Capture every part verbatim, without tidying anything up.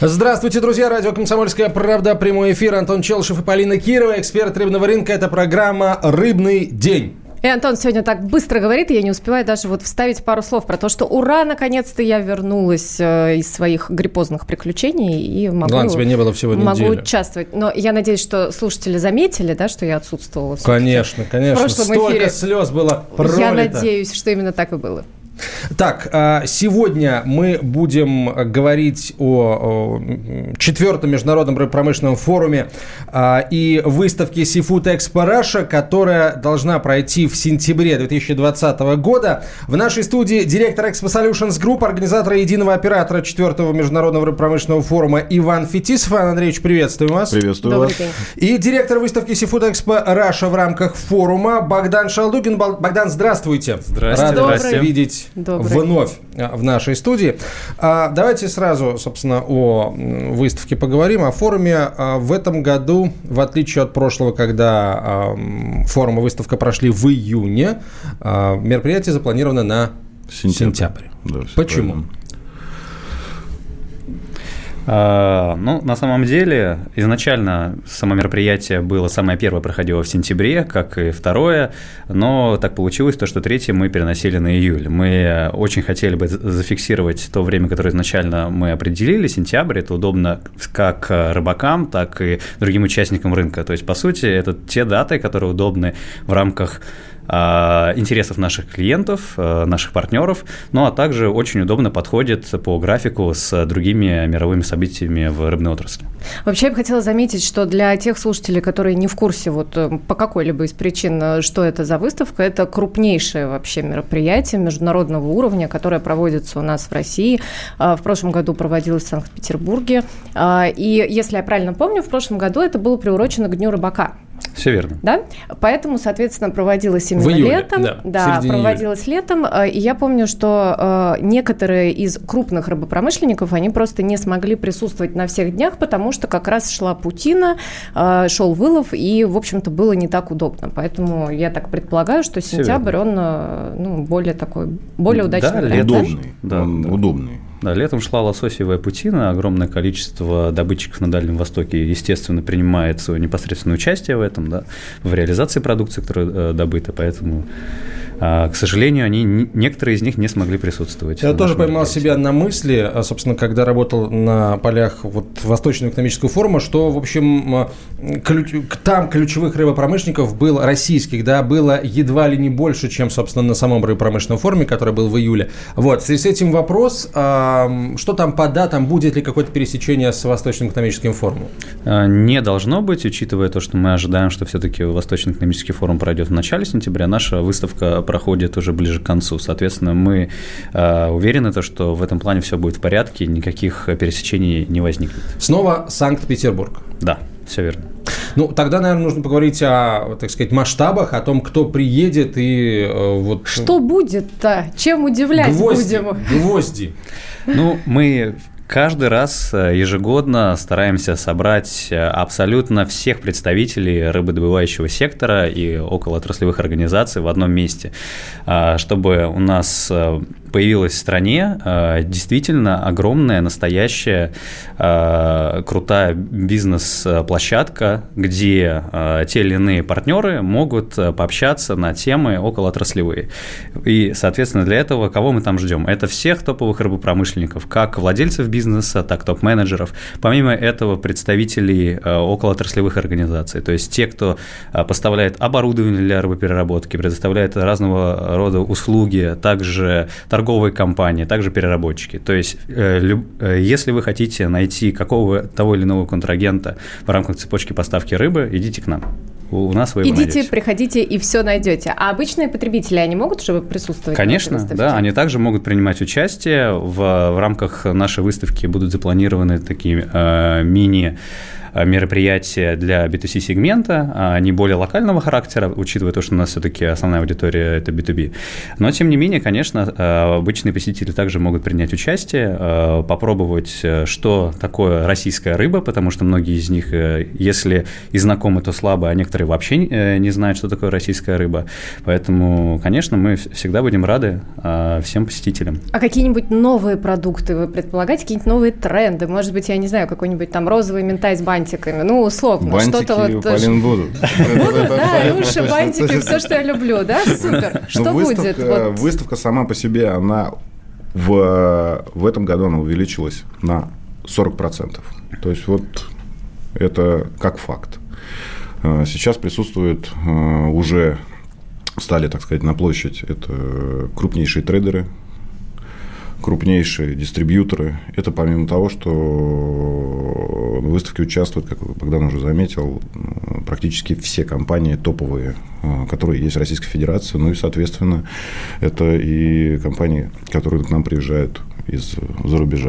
Здравствуйте, друзья. Радио «Комсомольская правда». Прямой эфир. Антон Челышев и Полина Кирова. Эксперт рыбного рынка. Это программа «Рыбный день». И Антон сегодня так быстро говорит, и я не успеваю даже вот вставить пару слов про то, что ура, наконец-то я вернулась э, из своих гриппозных приключений и могу, Ладно, тебя не было всего могу неделю. участвовать. Но я надеюсь, что слушатели заметили, да, что я отсутствовала. Конечно, конечно. Столько эфире. Слез было пролито. Я надеюсь, что именно так и было. Так, сегодня мы будем говорить о четвертом международном рыбопромышленном форуме и выставке Seafood Expo Russia, которая должна пройти в сентябре две тысячи двадцатого года. В нашей студии директор Expo Solutions Group, организатор и единого оператора четвертого международного рыбопромышленного форума Иван Фетисов. Иван Андреевич, приветствуем вас. Приветствую Добрый вас. день. И директор выставки Seafood Expo Russia в рамках форума Богдан Шалдугин. Богдан, здравствуйте. Здравствуйте. Рад вас Добрый. видеть Добрый. вновь в нашей студии. Давайте сразу, собственно, о выставке поговорим, о форуме. В этом году, в отличие от прошлого, когда форум и выставка прошли в июне, мероприятие запланировано на Сентябрь. сентябрь. Да, Почему? правильно. А, ну, на самом деле, изначально само мероприятие было самое первое, проходило в сентябре, как и второе, но так получилось, то, что третье мы переносили на июль. Мы очень хотели бы зафиксировать то время, которое изначально мы определили, сентябрь. Это удобно как рыбакам, так и другим участникам рынка. То есть, по сути, это те даты, которые удобны в рамках интересов наших клиентов, наших партнеров, ну а также очень удобно подходит по графику с другими мировыми событиями в рыбной отрасли. Вообще, я бы хотела заметить, что для тех слушателей, которые не в курсе вот по какой-либо из причин, что это за выставка, это крупнейшее вообще мероприятие международного уровня, которое проводится у нас в России. В прошлом году проводилось в Санкт-Петербурге. И, если я правильно помню, в прошлом году это было приурочено к Дню рыбака. Все верно. Да? Поэтому, соответственно, проводилось именно в июле, летом. Да, да проводилось июля. летом. И я помню, что некоторые из крупных рыбопромышленников, они просто не смогли присутствовать на всех днях, потому что как раз шла паутина, шел вылов, и, в общем-то, было не так удобно. Поэтому я так предполагаю, что сентябрь, он ну, более такой, более удачный. Да, вариант, удобный. Да? Он да. удобный. Да, летом шла лососевая паутина, огромное количество добытчиков на Дальнем Востоке, естественно, принимает свое непосредственное участие в этом, да, в реализации продукции, которая э, добыта, поэтому, э, к сожалению, они, некоторые из них не смогли присутствовать. Я тоже поймал себя на мысли, собственно, когда работал на полях вот, Восточного экономического форума, что, в общем, ключ, там ключевых рыбопромышленников было, российских, да, было едва ли не больше, чем, собственно, на самом рыбопромышленном форуме, который был в июле. Вот, в связи с этим вопрос, что там по датам, будет ли какое-то пересечение с Восточным экономическим форумом? Не должно быть, учитывая то, что мы ожидаем, что все-таки Восточный экономический форум пройдет в начале сентября, наша выставка проходит уже ближе к концу. Соответственно, мы уверены, что в этом плане все будет в порядке, никаких пересечений не возникнет. Снова Санкт-Петербург. Да, все верно. Ну, тогда, наверное, нужно поговорить о, так сказать, масштабах, о том, кто приедет и э, вот... Что будет-то? Чем удивлять гвозди, будем? Гвозди. Ну, мы каждый раз ежегодно стараемся собрать абсолютно всех представителей рыбодобывающего сектора и околоотраслевых организаций в одном месте, чтобы у нас появилась в стране действительно огромная, настоящая, крутая бизнес-площадка, где те или иные партнеры могут пообщаться на темы околоотраслевые. И, соответственно, для этого кого мы там ждем? Это всех топовых рыбопромышленников, как владельцев бизнеса, так и топ-менеджеров. Помимо этого, представителей околоотраслевых организаций, то есть те, кто поставляет оборудование для рыбопереработки, предоставляет разного рода услуги, также торговые компании, также переработчики. То есть, если вы хотите найти какого того или иного контрагента в рамках цепочки поставки рыбы, идите к нам. У нас вы его Идите, найдете. приходите и все найдете. А обычные потребители, они могут уже присутствовать? Конечно, на этой да, они также могут принимать участие. В, в рамках нашей выставки будут запланированы такие э, мини мероприятия для би ту си-сегмента, не более локального характера, учитывая то, что у нас все-таки основная аудитория – это би ту би. Но, тем не менее, конечно, обычные посетители также могут принять участие, попробовать, что такое российская рыба, потому что многие из них, если и знакомы, то слабо, а некоторые вообще не знают, что такое российская рыба. Поэтому, конечно, мы всегда будем рады всем посетителям. А какие-нибудь новые продукты вы предполагаете, какие-нибудь новые тренды? Может быть, я не знаю, какой-нибудь там розовый минтай с бантиками, ну, условно. Бантики что-то вот... у Полин будут. Будут, да, уши, бантики, все, что я люблю, да? Супер. Что будет? Выставка сама по себе, она в, в этом году она увеличилась на сорок процентов. То есть, вот это как факт. Сейчас присутствуют уже, стали, так сказать, на площадь, это крупнейшие трейдеры, крупнейшие дистрибьюторы. Это помимо того, что в выставке участвуют, как Богдан уже заметил, практически все компании топовые, которые есть в Российской Федерации. Ну и, соответственно, это и компании, которые к нам приезжают из-за рубежа.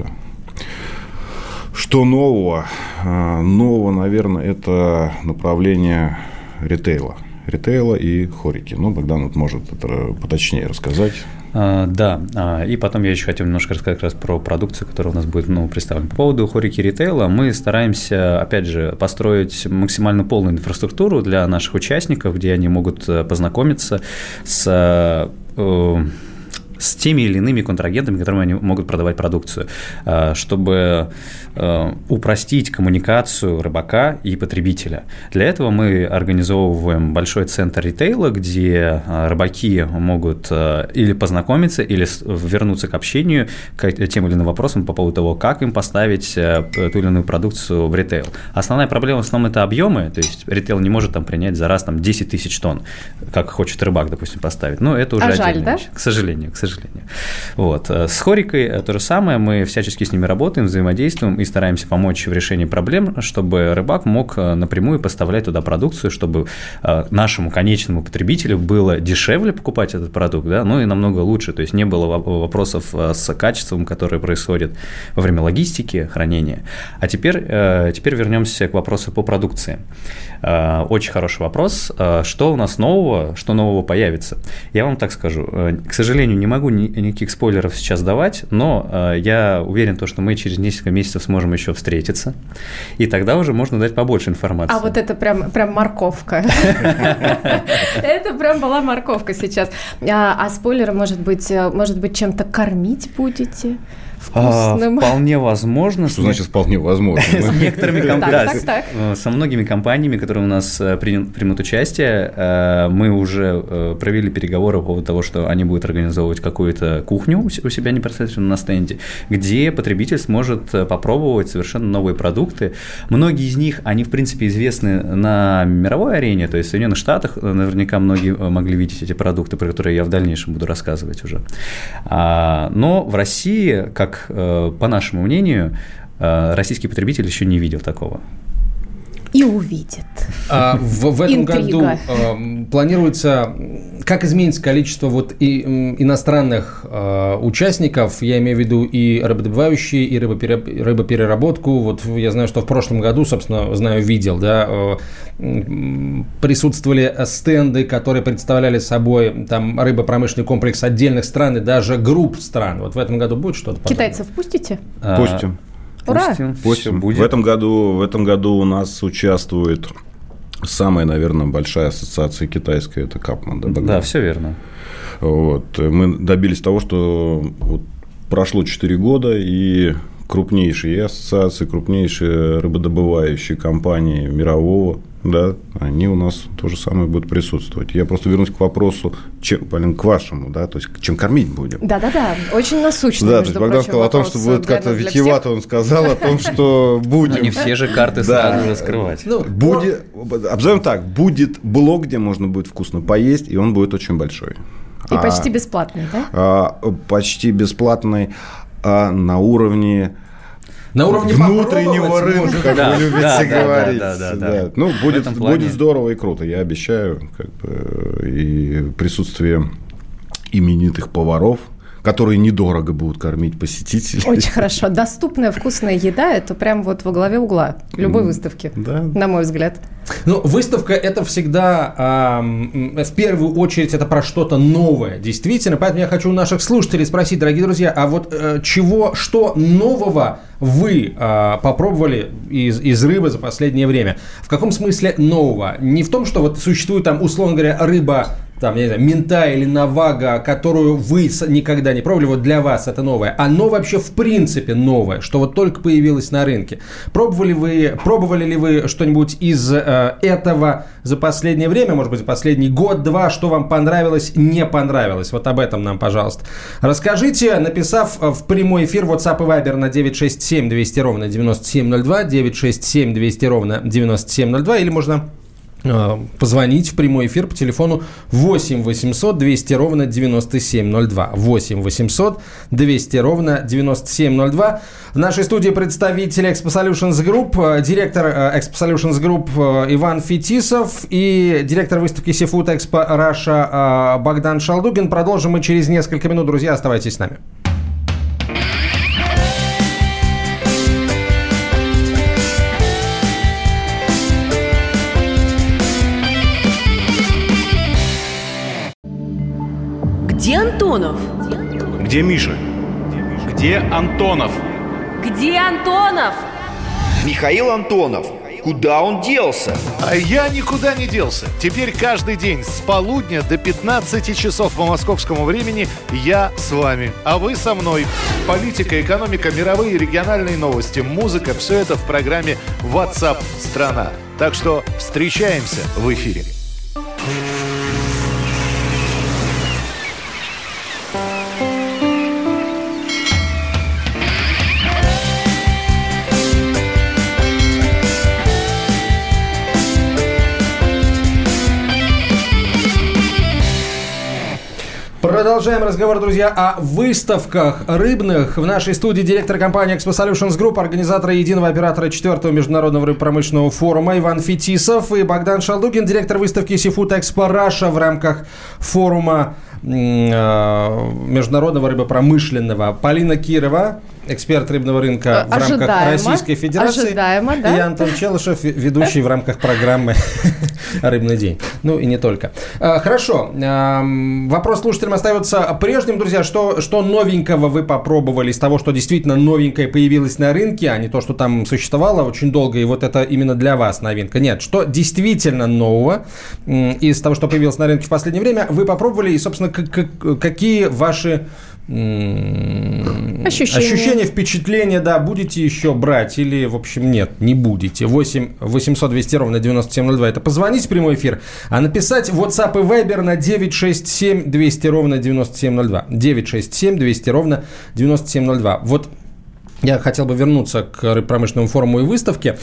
Что нового? Нового, наверное, это направление ритейла. Ритейла и хорики. Ну, Богдан вот может это поточнее рассказать. А, да, а, и потом я еще хотел немножко рассказать как раз про продукцию, которая у нас будет ну, представлена. По поводу хорики ритейла мы стараемся, опять же, построить максимально полную инфраструктуру для наших участников, где они могут познакомиться с... Э, с теми или иными контрагентами, которыми они могут продавать продукцию, чтобы упростить коммуникацию рыбака и потребителя. Для этого мы организовываем большой центр ритейла, где рыбаки могут или познакомиться, или вернуться к общению к тем или иным вопросам по поводу того, как им поставить ту или иную продукцию в ритейл. Основная проблема в основном это объемы, то есть ритейл не может там принять за раз там, десять тысяч тонн, как хочет рыбак, допустим, поставить. Но это уже а отдельная жаль, да? вещь. К сожалению, к сожалению. Вот. С хорикой то же самое, мы всячески с ними работаем, взаимодействуем и стараемся помочь в решении проблем, чтобы рыбак мог напрямую поставлять туда продукцию, чтобы нашему конечному потребителю было дешевле покупать этот продукт, да, ну и намного лучше, то есть не было вопросов с качеством, которые происходят во время логистики, хранения. А теперь, теперь вернемся к вопросу по продукции. Очень хороший вопрос. Что у нас нового, что нового появится? Я вам так скажу. К сожалению, не могу никаких спойлеров сейчас давать, но я уверен, что мы через несколько месяцев сможем еще встретиться, и тогда уже можно дать побольше информации. А вот это прям, прям морковка. Это прям была морковка сейчас. А спойлеры, может быть, может быть, чем-то кормить будете? Вкусным. А, вполне возможно. Что значит вполне возможно? С некоторыми компаниями, со многими компаниями, которые у нас примут участие, мы уже провели переговоры по поводу того, что они будут организовывать какую-то кухню у себя непосредственно на стенде, где потребитель сможет попробовать совершенно новые продукты. Многие из них, они в принципе известны на мировой арене, то есть в Соединенных Штатах наверняка многие могли видеть эти продукты, про которые я в дальнейшем буду рассказывать уже. Но в России, как по нашему мнению, российский потребитель еще не видел такого. И увидит. А, в, в этом Интрига. году а, планируется, как изменится количество вот и, иностранных а, участников, я имею в виду и рыбодобывающие, и рыбопереработку. Вот я знаю, что в прошлом году, собственно, знаю, видел, да, а, присутствовали стенды, которые представляли собой там рыбопромышленный комплекс отдельных стран и даже групп стран. Вот в этом году будет что-то подобное? Китайцев пустите? Пустим. Ура! Пустим, Пустим. будет. В этом году, в этом году у нас участвует самая, наверное, большая ассоциация китайская, это Капман. Да, да, все верно. Вот. Мы добились того, что вот прошло четыре года, и крупнейшие ассоциации, крупнейшие рыбодобывающие компании мирового, да, они у нас то же самое будут присутствовать. Я просто вернусь к вопросу, чем, Полин, к вашему, да, то есть чем кормить будем. Да-да-да, очень насущный, да, между Богдан прочим, сказал о том, что будет как-то витиевато, он сказал о том, что будем... Не все же карты сразу раскрывать. Будет, обзовем так, будет блок, где можно будет вкусно поесть, и он будет очень большой. И почти бесплатный, да? А, почти бесплатный, а на уровне... На уровне внутреннего рынка, как да, вы любите да, говорить. Да, да, да, да. да. Ну, будет, плане... будет здорово и круто, я обещаю. Как бы, и присутствие именитых поваров, которые недорого будут кормить посетителей. Очень хорошо. Доступная вкусная еда – это прям вот во главе угла любой выставки, да. на мой взгляд. Ну, выставка – это всегда, э, в первую очередь, это про что-то новое, действительно. Поэтому я хочу у наших слушателей спросить, дорогие друзья, а вот э, чего, что нового вы э, попробовали из, из рыбы за последнее время? В каком смысле нового? Не в том, что вот существует там, условно говоря, рыба, там, я не знаю, минта или навага, которую вы никогда не пробовали, вот для вас это новое. Оно вообще в принципе новое, что вот только появилось на рынке. Пробовали вы, пробовали ли вы что-нибудь из э, этого за последнее время, может быть, за последний год-два, что вам понравилось, не понравилось? Вот об этом нам, пожалуйста, расскажите, написав в прямой эфир WhatsApp и Viber на девять шесть семь двести ровно девяносто семь ноль два, девять шесть семь двести ровно девяносто семь ноль два, или можно позвонить в прямой эфир по телефону восемь восемьсот двести ровно девяносто семь ноль два. восемь восемьсот двести ровно девяносто семь ноль два. В нашей студии представитель Expo Solutions Group, директор Expo Solutions Group Иван Фетисов и директор выставки Seafood Expo Russia Богдан Шалдугин. Продолжим мы через несколько минут. Друзья, оставайтесь с нами. Где Антонов? Где Миша? Где Антонов? Где Антонов? Михаил Антонов. Куда он делся? А я никуда не делся. Теперь каждый день с полудня до пятнадцати часов по московскому времени я с вами, а вы со мной. Политика, экономика, мировые и региональные новости, музыка – все это в программе WhatsApp страна. Так что встречаемся в эфире. Продолжаем разговор, друзья, о выставках рыбных. В нашей студии директор компании Expo Solutions Group, организатор и единого оператора четвертого международного рыбопромышленного форума Иван Фетисов и Богдан Шалдугин, директор выставки Seafood Expo Russia в рамках форума э, международного рыбопромышленного. Полина Кирова, эксперт рыбного рынка в ожидаемо, рамках Российской Федерации. Ожидаемо, да. И Антон Челышев, ведущий в рамках программы «Рыбный день». Ну и не только. Хорошо. Вопрос слушателям остается прежним, друзья. Что, что новенького вы попробовали из того, что действительно новенькое появилось на рынке, а не то, что там существовало очень долго, и вот это именно для вас новинка? Нет. Что действительно нового из того, что появилось на рынке в последнее время, вы попробовали, и, собственно, какие ваши Ощущения. Ощущения, впечатления, да, будете еще брать или, в общем, нет, не будете. восемь восемьсот двести ровно девяносто семь ноль два. Это позвонить в прямой эфир, а написать в WhatsApp и Viber на девять шесть семь двести ровно девяносто семь ноль два. девять шесть семь двести ровно девяносто семь ноль два. Вот я хотел бы вернуться к промышленному форуму и выставке.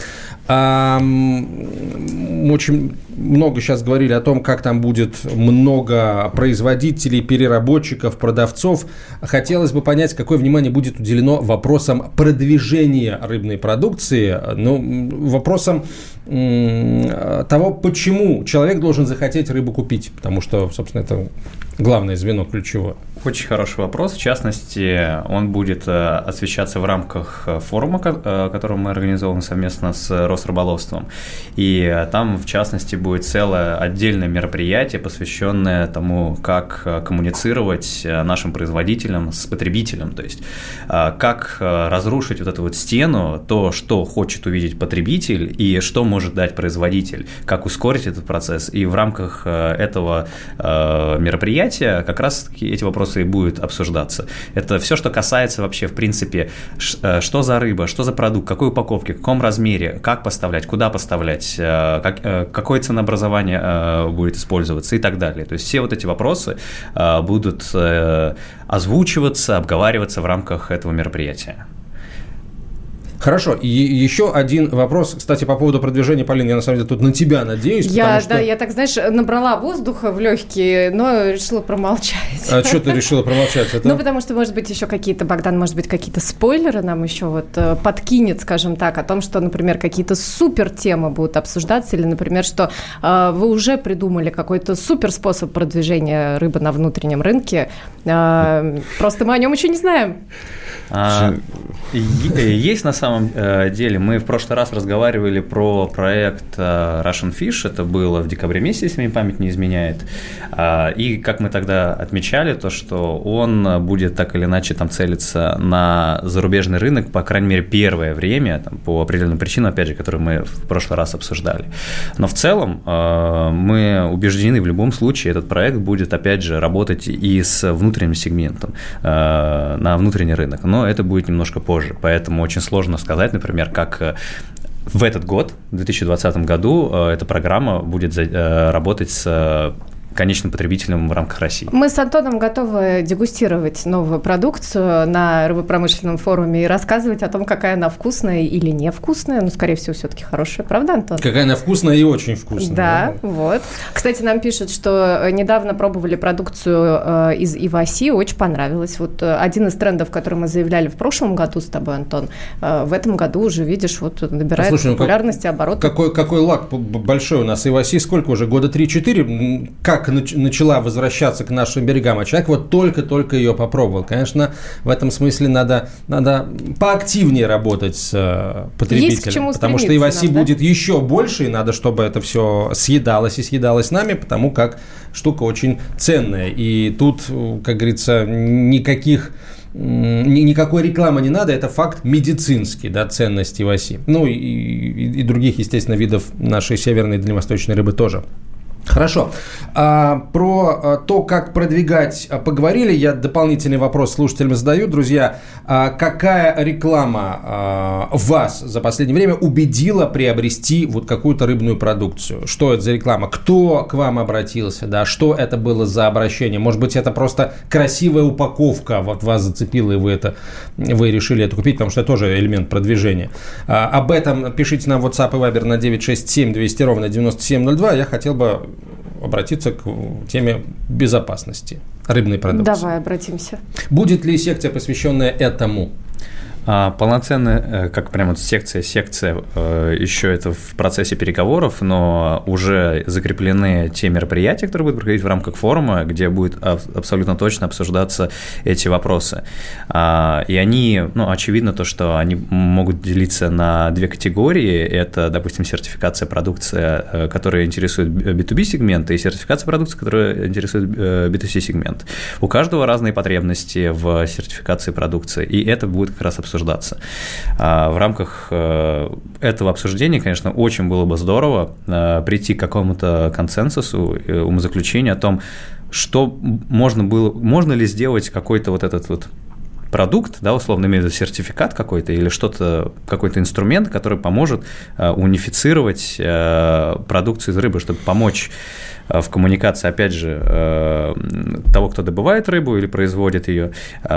Очень много сейчас говорили о том, как там будет много производителей, переработчиков, продавцов. Хотелось бы понять, какое внимание будет уделено вопросам продвижения рыбной продукции, ну, вопросам того, почему человек должен захотеть рыбу купить, потому что, собственно, это главное звено, ключевое. Очень хороший вопрос. В частности, он будет освещаться в рамках форума, который мы организовываем совместно с Росрыболовством. И там, в частности, будет целое отдельное мероприятие, посвященное тому, как коммуницировать нашим производителям с потребителем. То есть, как разрушить вот эту вот стену, то, что хочет увидеть потребитель и что может дать производитель, как ускорить этот процесс. И в рамках этого мероприятия как раз-таки эти вопросы и будет обсуждаться. Это все, что касается вообще, в принципе, что за рыба, что за продукт, какой упаковки, в каком размере, как поставлять, куда поставлять, как, какое ценообразование будет использоваться и так далее. То есть все вот эти вопросы будут озвучиваться, обговариваться в рамках этого мероприятия. Хорошо. И еще один вопрос, кстати, по поводу продвижения, Полин, я на самом деле тут на тебя надеюсь. Я, что... да, я так, знаешь, набрала воздуха в легкие, но решила промолчать. А что ты решила промолчать? Это... Ну, потому что, может быть, еще какие-то, Богдан, может быть, какие-то спойлеры нам еще вот подкинет, скажем так, о том, что, например, какие-то супер темы будут обсуждаться, или, например, что э, вы уже придумали какой-то супер способ продвижения рыбы на внутреннем рынке. Э, просто мы о нем еще не знаем. А, есть на самом деле, мы в прошлый раз разговаривали про проект Russian Fish, это было в декабре месяце, если мне память не изменяет, и как мы тогда отмечали, то, что он будет так или иначе там целиться на зарубежный рынок, по крайней мере, первое время, там, по определенным причинам, опять же, которые мы в прошлый раз обсуждали. Но в целом мы убеждены, в любом случае этот проект будет, опять же, работать и с внутренним сегментом, на внутренний рынок, но это будет немножко позже, поэтому очень сложно сказать, например, как в этот год, в две тысячи двадцатом году, эта программа будет работать с конечным потребителям в рамках России. Мы с Антоном готовы дегустировать новую продукцию на рыбопромышленном форуме и рассказывать о том, какая она вкусная или невкусная. Ну, скорее всего, все-таки хорошая, правда, Антон? Какая она вкусная и очень вкусная. Да, да, вот. Кстати, нам пишут, что недавно пробовали продукцию из Иваси, очень понравилось. Вот один из трендов, который мы заявляли в прошлом году с тобой, Антон, в этом году уже, видишь, вот набирает Слушай, популярность и ну, обороты. Какой, какой лак большой у нас Иваси, сколько уже, года три-четыре? Как начала возвращаться к нашим берегам, а человек вот только-только ее попробовал. Конечно, в этом смысле надо, надо поактивнее работать с потребителем, потому что Иваси нам, да? будет еще больше, и надо, чтобы это все съедалось и съедалось нами, потому как штука очень ценная. И тут, как говорится, никаких... Никакой рекламы не надо, это факт медицинский, да, ценность Иваси. Ну и, и, и других, естественно, видов нашей северной и дальневосточной рыбы тоже. Хорошо. А, про а, то, как продвигать, а, поговорили. Я дополнительный вопрос слушателям задаю. Друзья, а, какая реклама а, вас за последнее время убедила приобрести вот какую-то рыбную продукцию? Что это за реклама? Кто к вам обратился? Да? Что это было за обращение? Может быть, это просто красивая упаковка, вот вас зацепила, и вы, это, вы решили это купить, потому что это тоже элемент продвижения. А, об этом пишите нам в WhatsApp и Viber на девять шесть семь двести ровно девяносто семь ноль два. Я хотел бы обратиться к теме безопасности рыбной продукции. Давай обратимся. Будет ли секция, посвященная этому? Полноценная, как прямо секция, секция, еще это в процессе переговоров, но уже закреплены те мероприятия, которые будут проходить в рамках форума, где будет абсолютно точно обсуждаться эти вопросы. И они, ну, очевидно то, что они могут делиться на две категории. Это, допустим, сертификация продукции, которая интересует би ту би сегмент, и сертификация продукции, которая интересует би ту си сегмент. У каждого разные потребности в сертификации продукции, и это будет как раз обсуждаться. обсуждаться. В рамках этого обсуждения, конечно, очень было бы здорово прийти к какому-то консенсусу, умозаключению о том, что можно было, можно ли сделать какой-то вот этот вот продукт, да, условно имею в виду сертификат какой-то или что-то, какой-то инструмент, который поможет унифицировать продукцию из рыбы, чтобы помочь в коммуникации, опять же, того, кто добывает рыбу или производит ее,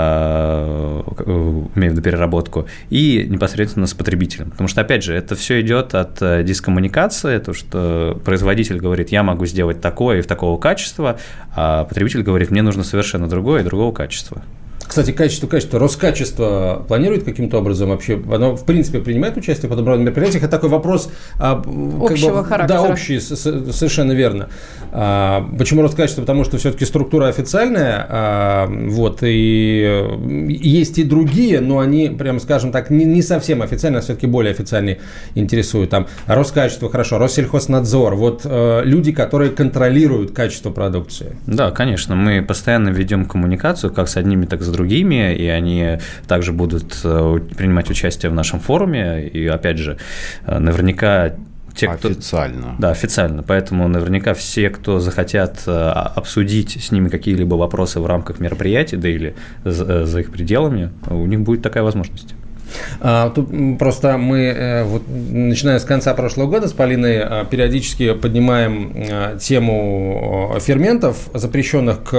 имею в виду переработку, и непосредственно с потребителем. Потому что, опять же, это все идет от дискоммуникации, то, что производитель говорит, я могу сделать такое и в такого качества, а потребитель говорит, мне нужно совершенно другое и другого качества. Кстати, качество, качество. Роскачество планирует каким-то образом вообще? Оно, в принципе, принимает участие в подобных мероприятиях? Это такой вопрос... Общего как бы, характера. Да, общий, совершенно верно. А, почему Роскачество? Потому что все-таки структура официальная, а, вот, и есть и другие, но они, прям скажем так, не, не совсем официальные, а все-таки более официальные интересуют. Там Роскачество, хорошо, Россельхознадзор, вот а, люди, которые контролируют качество продукции. Да, конечно, мы постоянно ведем коммуникацию как с одними, так и с другими, и они также будут принимать участие в нашем форуме, и, опять же, наверняка те, кто... Официально. Да, официально, поэтому наверняка все, кто захотят обсудить с ними какие-либо вопросы в рамках мероприятия, да или за, за их пределами, у них будет такая возможность. А, тут просто мы, вот, начиная с конца прошлого года, с Полиной периодически поднимаем тему ферментов, запрещенных к,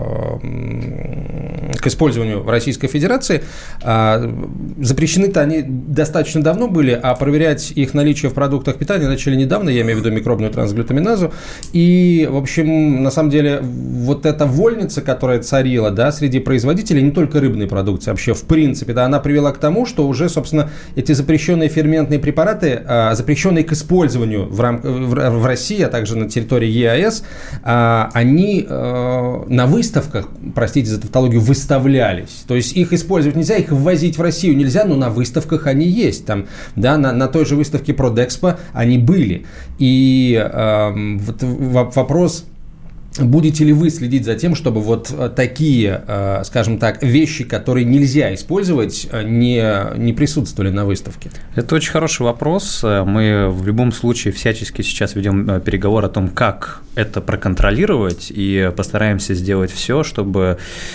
к использованию в Российской Федерации. Запрещены-то они достаточно давно были, а проверять их наличие в продуктах питания начали недавно, я имею в виду микробную трансглютаминазу. И, в общем, на самом деле, вот эта вольница, которая царила, да, среди производителей, не только рыбной продукции, вообще, в принципе, да, она привела к тому, что уже, собственно, эти запрещенные ферментные препараты, запрещенные к использованию в, рам... в России, а также на территории ЕАЭС, они на выставках, простите за тавтологию, выставлялись. То есть их использовать нельзя, их ввозить в Россию нельзя, но на выставках они есть. Там, да, на, на той же выставке Продэкспо они были. И э, вот вопрос... Будете ли вы следить за тем, чтобы вот такие, скажем так, вещи, которые нельзя использовать, не, не присутствовали на выставке? Это очень хороший вопрос. Мы в любом случае всячески сейчас ведем переговоры о том, как это проконтролировать, и постараемся сделать все, чтобы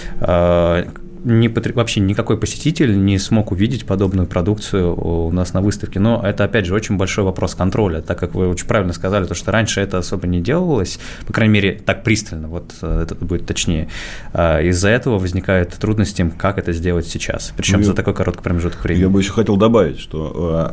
не потр... вообще никакой посетитель не смог увидеть подобную продукцию у нас на выставке. Но это, опять же, очень большой вопрос контроля, так как вы очень правильно сказали, то, что раньше это особо не делалось, по крайней мере, так пристально, вот это будет точнее. Из-за этого возникают трудности, как это сделать сейчас, причем ну, за такой короткий промежуток времени. Я бы еще хотел добавить, что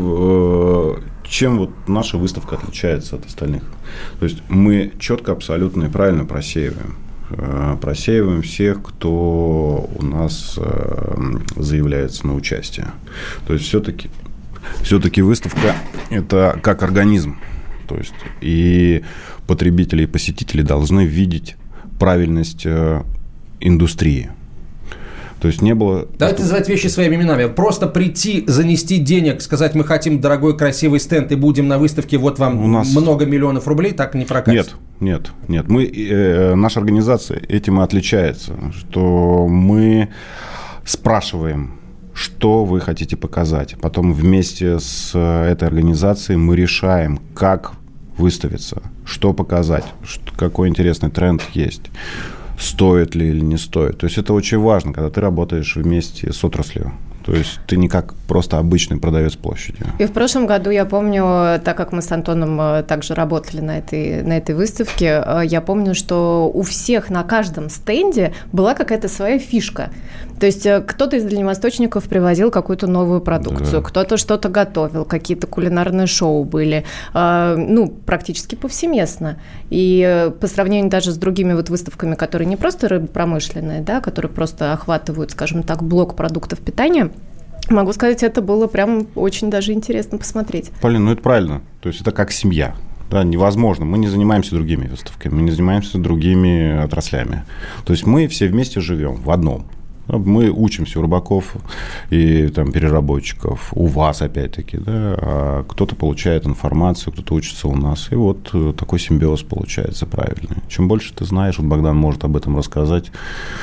чем вот наша выставка отличается от остальных. То есть мы четко, абсолютно и правильно просеиваем. Просеиваем всех, кто у нас заявляется на участие. То есть все-таки, все-таки выставка – это как организм. То есть и потребители, и посетители должны видеть правильность индустрии. То есть не было... Давайте называть вещи своими именами. Просто прийти, занести денег, сказать, мы хотим дорогой, красивый стенд и будем на выставке, вот вам у нас... много миллионов рублей, так не прокатится. Нет, нет, нет. Мы, э, наша организация этим и отличается, что мы спрашиваем, что вы хотите показать. Потом вместе с этой организацией мы решаем, как выставиться, что показать, что, какой интересный тренд есть. Стоит ли или не стоит. То есть это очень важно, когда ты работаешь вместе с отраслью. То есть ты не как просто обычный продавец площади. И в прошлом году, я помню, так как мы с Антоном также работали на этой, на этой выставке, я помню, что у всех на каждом стенде была какая-то своя фишка. То есть кто-то из дальневосточников привозил какую-то новую продукцию, да. Кто-то что-то готовил, какие-то кулинарные шоу были, ну, практически повсеместно. И по сравнению даже с другими вот выставками, которые не просто рыбопромышленные, да, которые просто охватывают, скажем так, блок продуктов питания, могу сказать, это было прям очень даже интересно посмотреть. Полин, ну это правильно. То есть это как семья. Да, невозможно. Мы не занимаемся другими выставками, мы не занимаемся другими отраслями. То есть мы все вместе живем в одном. Мы учимся у рыбаков и там, переработчиков, у вас опять-таки, да, а кто-то получает информацию, кто-то учится у нас. И вот такой симбиоз получается правильный. Чем больше ты знаешь, вот Богдан может об этом рассказать,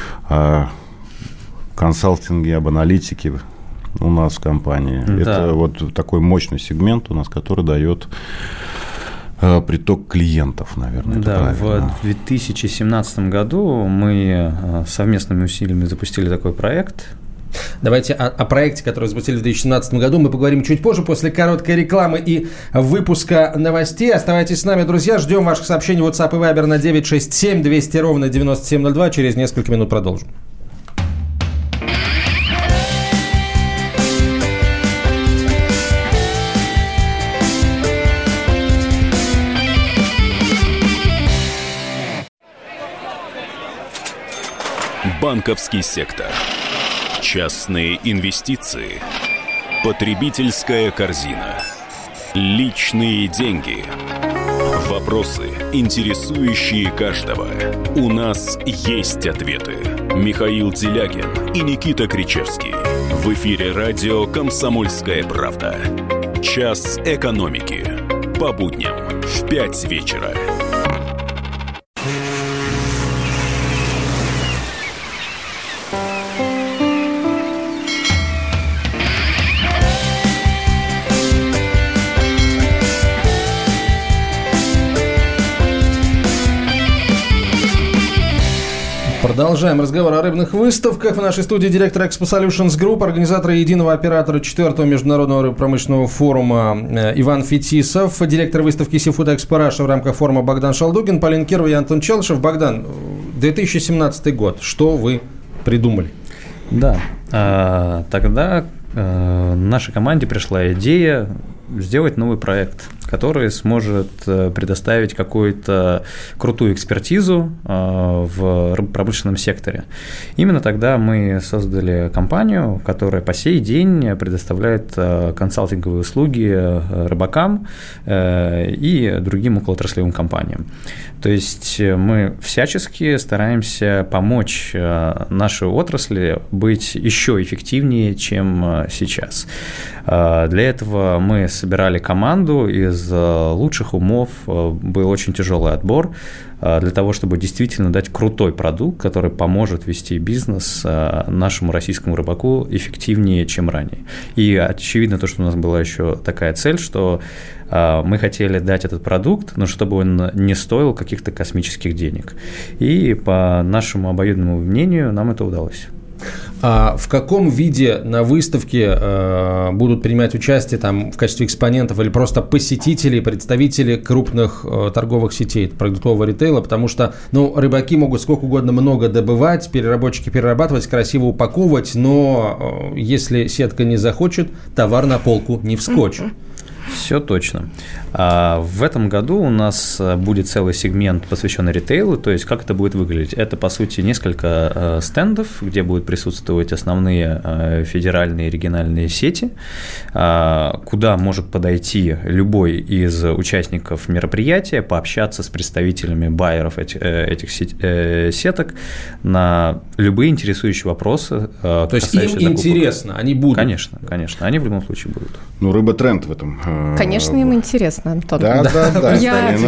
о консалтинге, об аналитике у нас в компании. Да. Это вот такой мощный сегмент у нас, который дает приток клиентов, наверное. Да, в две тысячи семнадцатом году мы совместными усилиями запустили такой проект. Давайте о, о проекте, который запустили в две тысячи семнадцатом году, мы поговорим чуть позже, после короткой рекламы и выпуска новостей. Оставайтесь с нами, друзья. Ждем ваших сообщений в WhatsApp и Viber на девять шесть семь двести ровно девяносто семь ноль два. Через несколько минут продолжим. Банковский сектор. Частные инвестиции. Потребительская корзина. Личные деньги. Вопросы, интересующие каждого. У нас есть ответы. Михаил Делягин и Никита Кричевский. В эфире радио «Комсомольская правда». Час экономики. По будням в пять вечера. Продолжаем разговор о рыбных выставках. В нашей студии директор Expo Solutions Group, организатор и единого оператора четвертого международного рыбопромышленного форума Иван Фетисов, директор выставки Seafood Expo Russia в рамках форума Богдан Шалдугин, Полина Кирова и Антон Челышев. Богдан, две тысячи семнадцатый год. Что вы придумали? Да, а, тогда а, нашей команде пришла идея сделать новый проект, который сможет предоставить какую-то крутую экспертизу в промышленном секторе. Именно тогда мы создали компанию, которая по сей день предоставляет консалтинговые услуги рыбакам и другим околоотраслевым компаниям. То есть мы всячески стараемся помочь нашей отрасли быть еще эффективнее, чем сейчас. Для этого мы собирали команду из лучших умов, был очень тяжелый отбор для того, чтобы действительно дать крутой продукт, который поможет вести бизнес нашему российскому рыбаку эффективнее, чем ранее. И очевидно то, что у нас была еще такая цель, что мы хотели дать этот продукт, но чтобы он не стоил каких-то космических денег. И по нашему обоюдному мнению нам это удалось. А в каком виде на выставке э, будут принимать участие там, в качестве экспонентов или просто посетители, представители крупных э, торговых сетей продуктового ритейла? Потому что ну, рыбаки могут сколько угодно много добывать, переработчики перерабатывать, красиво упаковывать, но э, если сетка не захочет, товар на полку не вскочит. Все точно. В этом году у нас будет целый сегмент, посвященный ритейлу, то есть как это будет выглядеть. Это, по сути, несколько стендов, где будут присутствовать основные федеральные и региональные сети, куда может подойти любой из участников мероприятия, пообщаться с представителями байеров этих, этих сеток на любые интересующие вопросы. То есть им закупок. Интересно, они будут? Конечно, конечно, они в любом случае будут. Ну, рыба-тренд в этом. Конечно, им интересно, Антон. Да, да, да. Я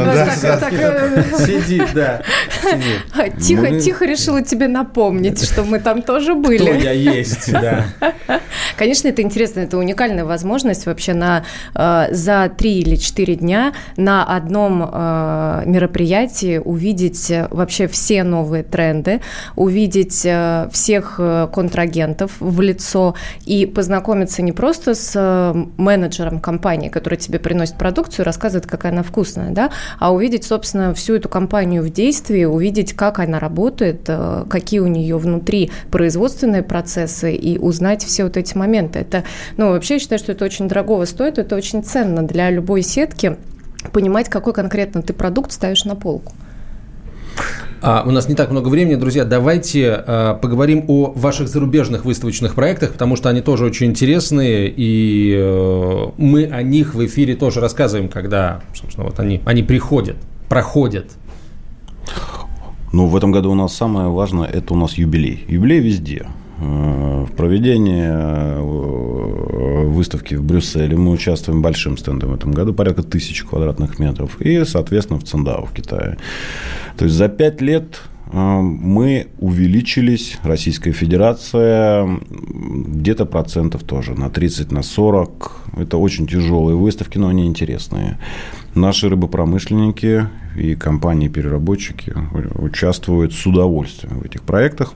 сидит, да. Тихо, тихо решила тебе напомнить, что мы там тоже были. Кто я есть, да. Конечно, это интересно, это уникальная возможность вообще на, за три или четыре дня на одном мероприятии увидеть вообще все новые тренды, увидеть всех контрагентов в лицо и познакомиться не просто с менеджером компании, который тебе приносит продукцию, рассказывает, какая она вкусная, да, а увидеть, собственно, всю эту компанию в действии, увидеть, как она работает, какие у нее внутри производственные процессы и узнать все вот эти моменты. Это, ну, вообще я считаю, что это очень дорого стоит, это очень ценно для любой сетки понимать, какой конкретно ты продукт ставишь на полку. А, у нас не так много времени, друзья. Давайте а, поговорим о ваших зарубежных выставочных проектах, потому что они тоже очень интересные, и а, мы о них в эфире тоже рассказываем, когда, собственно, вот они, они приходят, проходят. Ну, в этом году у нас самое важное – это у нас юбилей. Юбилей везде. В проведении выставки в Брюсселе мы участвуем большим стендом в этом году, порядка тысячи квадратных метров, и, соответственно, в Циндао в Китае. То есть за пять лет мы увеличились, Российская Федерация, где-то процентов тоже на тридцать, на сорок. Это очень тяжелые выставки, но они интересные. Наши рыбопромышленники и компании-переработчики участвуют с удовольствием в этих проектах.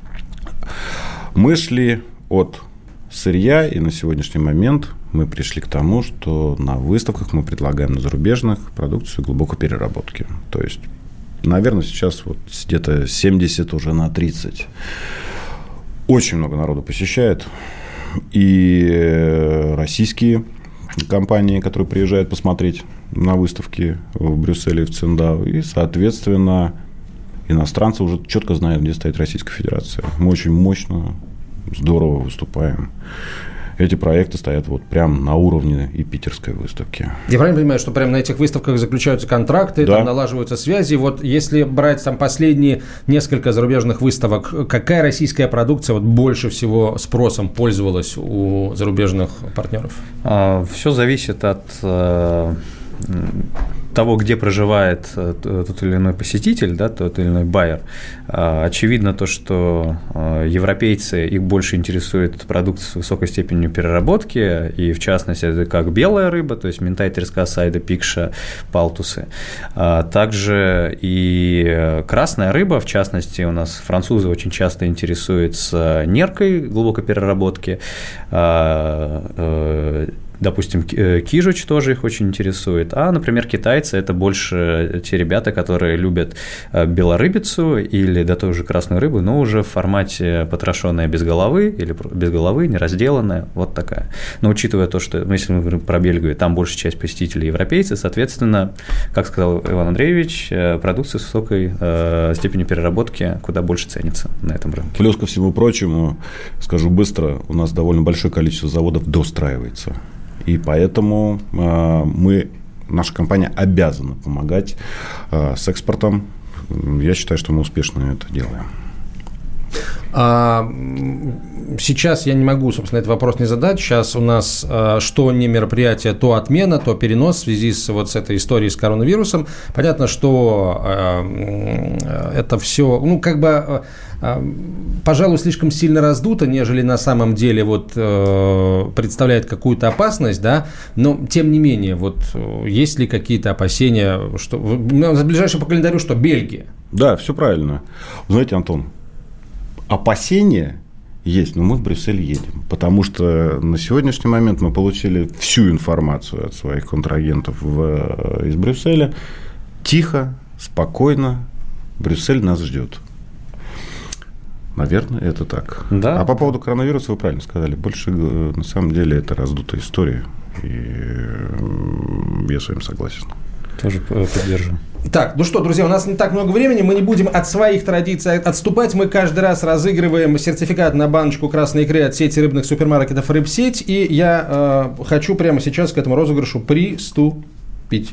Мы шли от сырья, и на сегодняшний момент мы пришли к тому, что на выставках мы предлагаем на зарубежных продукцию глубокой переработки. То есть, наверное, сейчас вот где-то семьдесят уже на тридцать. Очень много народу посещает. И российские компании, которые приезжают посмотреть на выставки в Брюсселе и в Циндао, и, соответственно, иностранцы уже четко знают, где стоит Российская Федерация. Мы очень мощно, здорово выступаем. Эти проекты стоят вот прямо на уровне и питерской выставки. Я правильно понимаю, что прямо на этих выставках заключаются контракты, да. Там налаживаются связи. Вот если брать там последние несколько зарубежных выставок, какая российская продукция вот больше всего спросом пользовалась у зарубежных партнеров? Все зависит от того, где проживает тот или иной посетитель, да, тот или иной байер, очевидно то, что европейцы, их больше интересует продукт с высокой степенью переработки, и в частности, это как белая рыба, то есть минтай, треска, сайда, пикша, палтусы. Также и красная рыба, в частности, у нас французы очень часто интересуются неркой глубокой переработки, допустим, кижуч тоже их очень интересует. А, например, китайцы – это больше те ребята, которые любят белорыбицу или да тоже красную рыбу, но уже в формате потрошенная без головы или без головы, неразделанная, вот такая. Но учитывая то, что, ну, если мы говорим про Бельгию, там большая часть посетителей европейцы, соответственно, как сказал Иван Андреевич, продукция с высокой э, степенью переработки куда больше ценится на этом рынке. Плюс ко всему прочему, скажу быстро, у нас довольно большое количество заводов достраивается. И поэтому э, мы, наша компания обязана помогать э, с экспортом. Я считаю, что мы успешно это делаем. А, сейчас я не могу, собственно, этот вопрос не задать. Сейчас у нас а, что не мероприятие, то отмена, то перенос в связи с, вот, с этой историей с коронавирусом. Понятно, что а, это все, ну, как бы, а, пожалуй, слишком сильно раздуто, нежели на самом деле вот, а, представляет какую-то опасность, да, но, тем не менее, вот, есть ли какие-то опасения, что, за ближайшее по календарю, что Бельгия? Да, все правильно. Знаете, Антон, опасения есть, но мы в Брюссель едем, потому что на сегодняшний момент мы получили всю информацию от своих контрагентов в, из Брюсселя. Тихо, спокойно, Брюссель нас ждет. Наверное, это так. Да. А по поводу коронавируса вы правильно сказали. Больше, на самом деле, это раздутая история. И я с вами согласен. Тоже поддержу. Так, ну что, друзья, у нас не так много времени, мы не будем от своих традиций отступать. Мы каждый раз разыгрываем сертификат на баночку красной икры от сети рыбных супермаркетов «Рыбсеть». И я э, хочу прямо сейчас к этому розыгрышу приступить.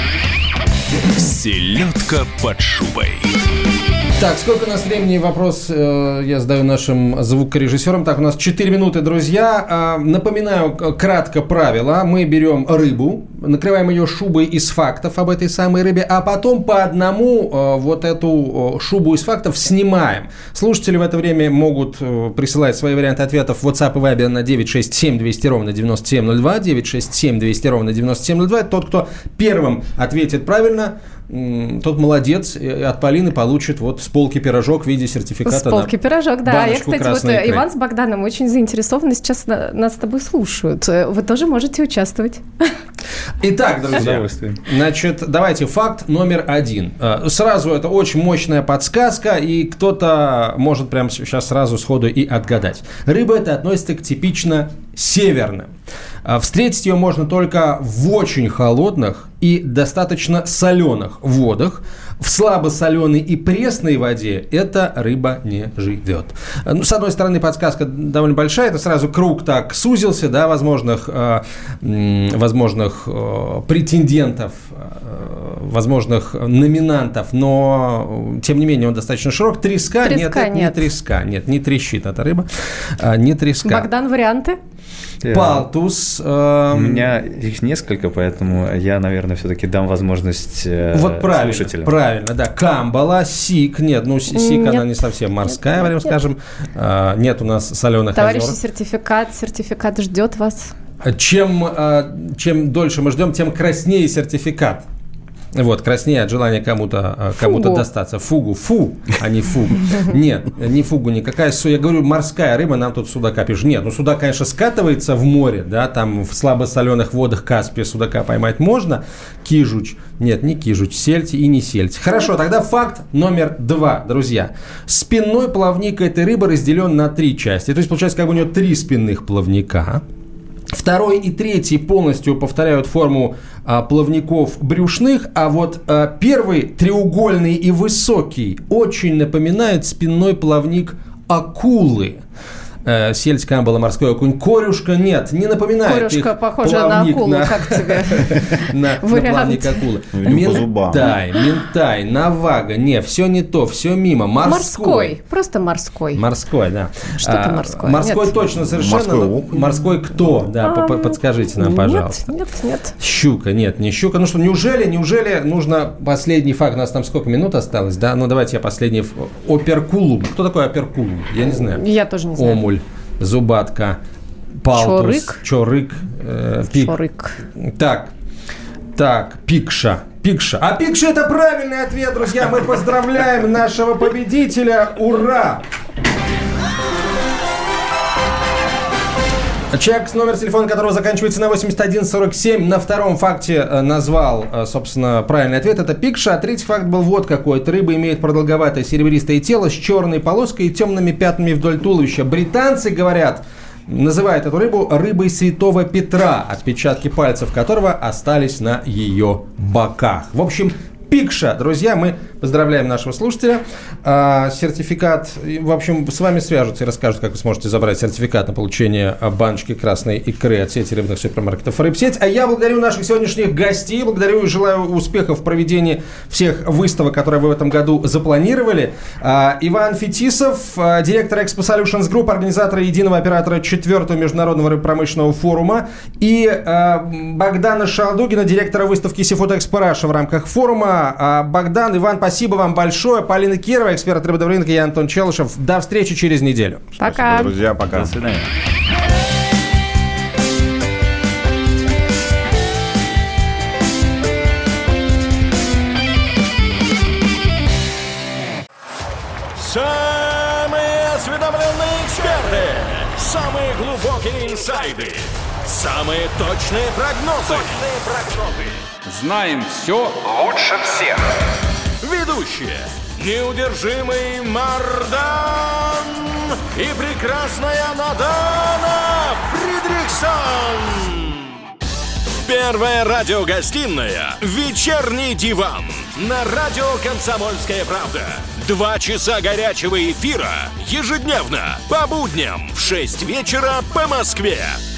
Селедка под шубой. Так, сколько у нас времени? Вопрос э, я задаю нашим звукорежиссерам. Так, у нас четыре минуты, друзья. Э, напоминаю кратко правила. Мы берем рыбу, накрываем ее шубой из фактов об этой самой рыбе, а потом по одному э, вот эту шубу из фактов снимаем. Слушатели в это время могут э, присылать свои варианты ответов в WhatsApp и Viber на девять шесть семь двести ровно девяносто семь ноль два, девять шесть семь двести ровно девяносто семь ноль два. Тот, кто первым ответит правильно, тот молодец, от Полины получит вот с полки пирожок в виде сертификата. С полки на пирожок, да. Я, кстати, вот икры. Иван с Богданом очень заинтересованы, сейчас нас с тобой слушают. Вы тоже можете участвовать. Итак, друзья, значит, давайте факт номер один. Сразу это очень мощная подсказка, и кто-то может прямо сейчас сразу сходу и отгадать. Рыба эта относится к типично северным. Встретить ее можно только в очень холодных и достаточно соленых водах. В слабосоленой и пресной воде эта рыба не живет. Ну, с одной стороны, подсказка довольно большая. Это сразу круг так сузился, да, возможных, э, возможных э, претендентов, э, возможных номинантов, но, тем не менее, он достаточно широк. Треска? Треска нет, это нет. не треска. Нет, не трещит эта рыба. А, не треска. Богдан, варианты? Палтус. Э, У меня их несколько, поэтому я, наверное, все-таки дам возможность э, вот правильно, слушателям. Правильно, да. Камбала, сик. Нет, ну сик, нет. Она не совсем морская, прямо скажем. А, нет у нас соленых Товарищи, озер. сертификат, сертификат ждет вас. Чем, чем дольше мы ждем, тем краснее сертификат. Вот, краснее от желания кому-то, кому-то достаться. Фугу. Фу, а не фугу. Нет, не фугу никакая. Я говорю, морская рыба, нам тут судака пишут. Нет, ну судак, конечно, скатывается в море, да, там в слабосоленых водах Каспия судака поймать можно. Кижуч. Нет, не кижуч, сельдь и не сельдь. Хорошо, тогда факт номер два, друзья. Спинной плавник этой рыбы разделен на три части. То есть, получается, как бы у нее три спинных плавника. Второй и третий полностью повторяют форму а, плавников брюшных, а вот а, первый, треугольный и высокий, очень напоминает спинной плавник акулы. э, сельдь, камбала, морской окунь. Корюшка нет, не напоминает. Корюшка похожа на акулу, как тебе на плавник акулы. Ментай, ментай, навага. Не, все не то, все мимо. Морской, просто морской. Морской, да. Что-то морское. Морской точно совершенно. Морской кто? Да, подскажите нам, пожалуйста. Нет, нет. Щука, нет, не щука. Ну что, неужели, неужели нужно последний факт? У нас там сколько минут осталось, да? Ну давайте я последний. Оперкулум. Кто такой оперкулум? Я не знаю. Я тоже не знаю. Омуль, зубатка, палтус. Чорык. Чорык. Э, пик. Чорык. Так, так, пикша. Пикша. А пикша — это правильный ответ, друзья. Мы поздравляем нашего победителя. Ура! Человек, с номер телефона которого заканчивается на восемьдесят один сорок семь, на втором факте назвал, собственно, правильный ответ. Это пикша. А третий факт был вот какой. Эта рыба имеет продолговатое серебристое тело с черной полоской и темными пятнами вдоль туловища. Британцы говорят, называют эту рыбу рыбой Святого Петра, отпечатки пальцев которого остались на ее боках. В общем, пикша. Друзья, мы поздравляем нашего слушателя. А, сертификат, в общем, с вами свяжутся и расскажут, как вы сможете забрать сертификат на получение баночки красной икры от сети рыбных супермаркетов «Рыбсеть». А я благодарю наших сегодняшних гостей, благодарю и желаю успехов в проведении всех выставок, которые вы в этом году запланировали. А, Иван Фетисов, директор Expo Solutions Group, организатор и единого оператора четвертого международного рыбопромышленного форума, и а, Богдана Шалдугина, директора выставки Seafood Expo Russia в рамках форума. А, Богдан, Иван, спасибо вам большое. Полина Кирова, эксперт рыбного рынка, я Антон Челышев. До встречи через неделю. Пока. Спасибо, друзья, пока. До свидания. Самые осведомленные эксперты, самые глубокие инсайды, самые точные прогнозы. Точные прогнозы. Знаем все лучше всех. Ведущие: неудержимый Мардан и прекрасная Надана Фридрихсон. Первая радиогостинная «Вечерний диван» на радио «Комсомольская правда». Два часа горячего эфира ежедневно по будням в шесть вечера по Москве.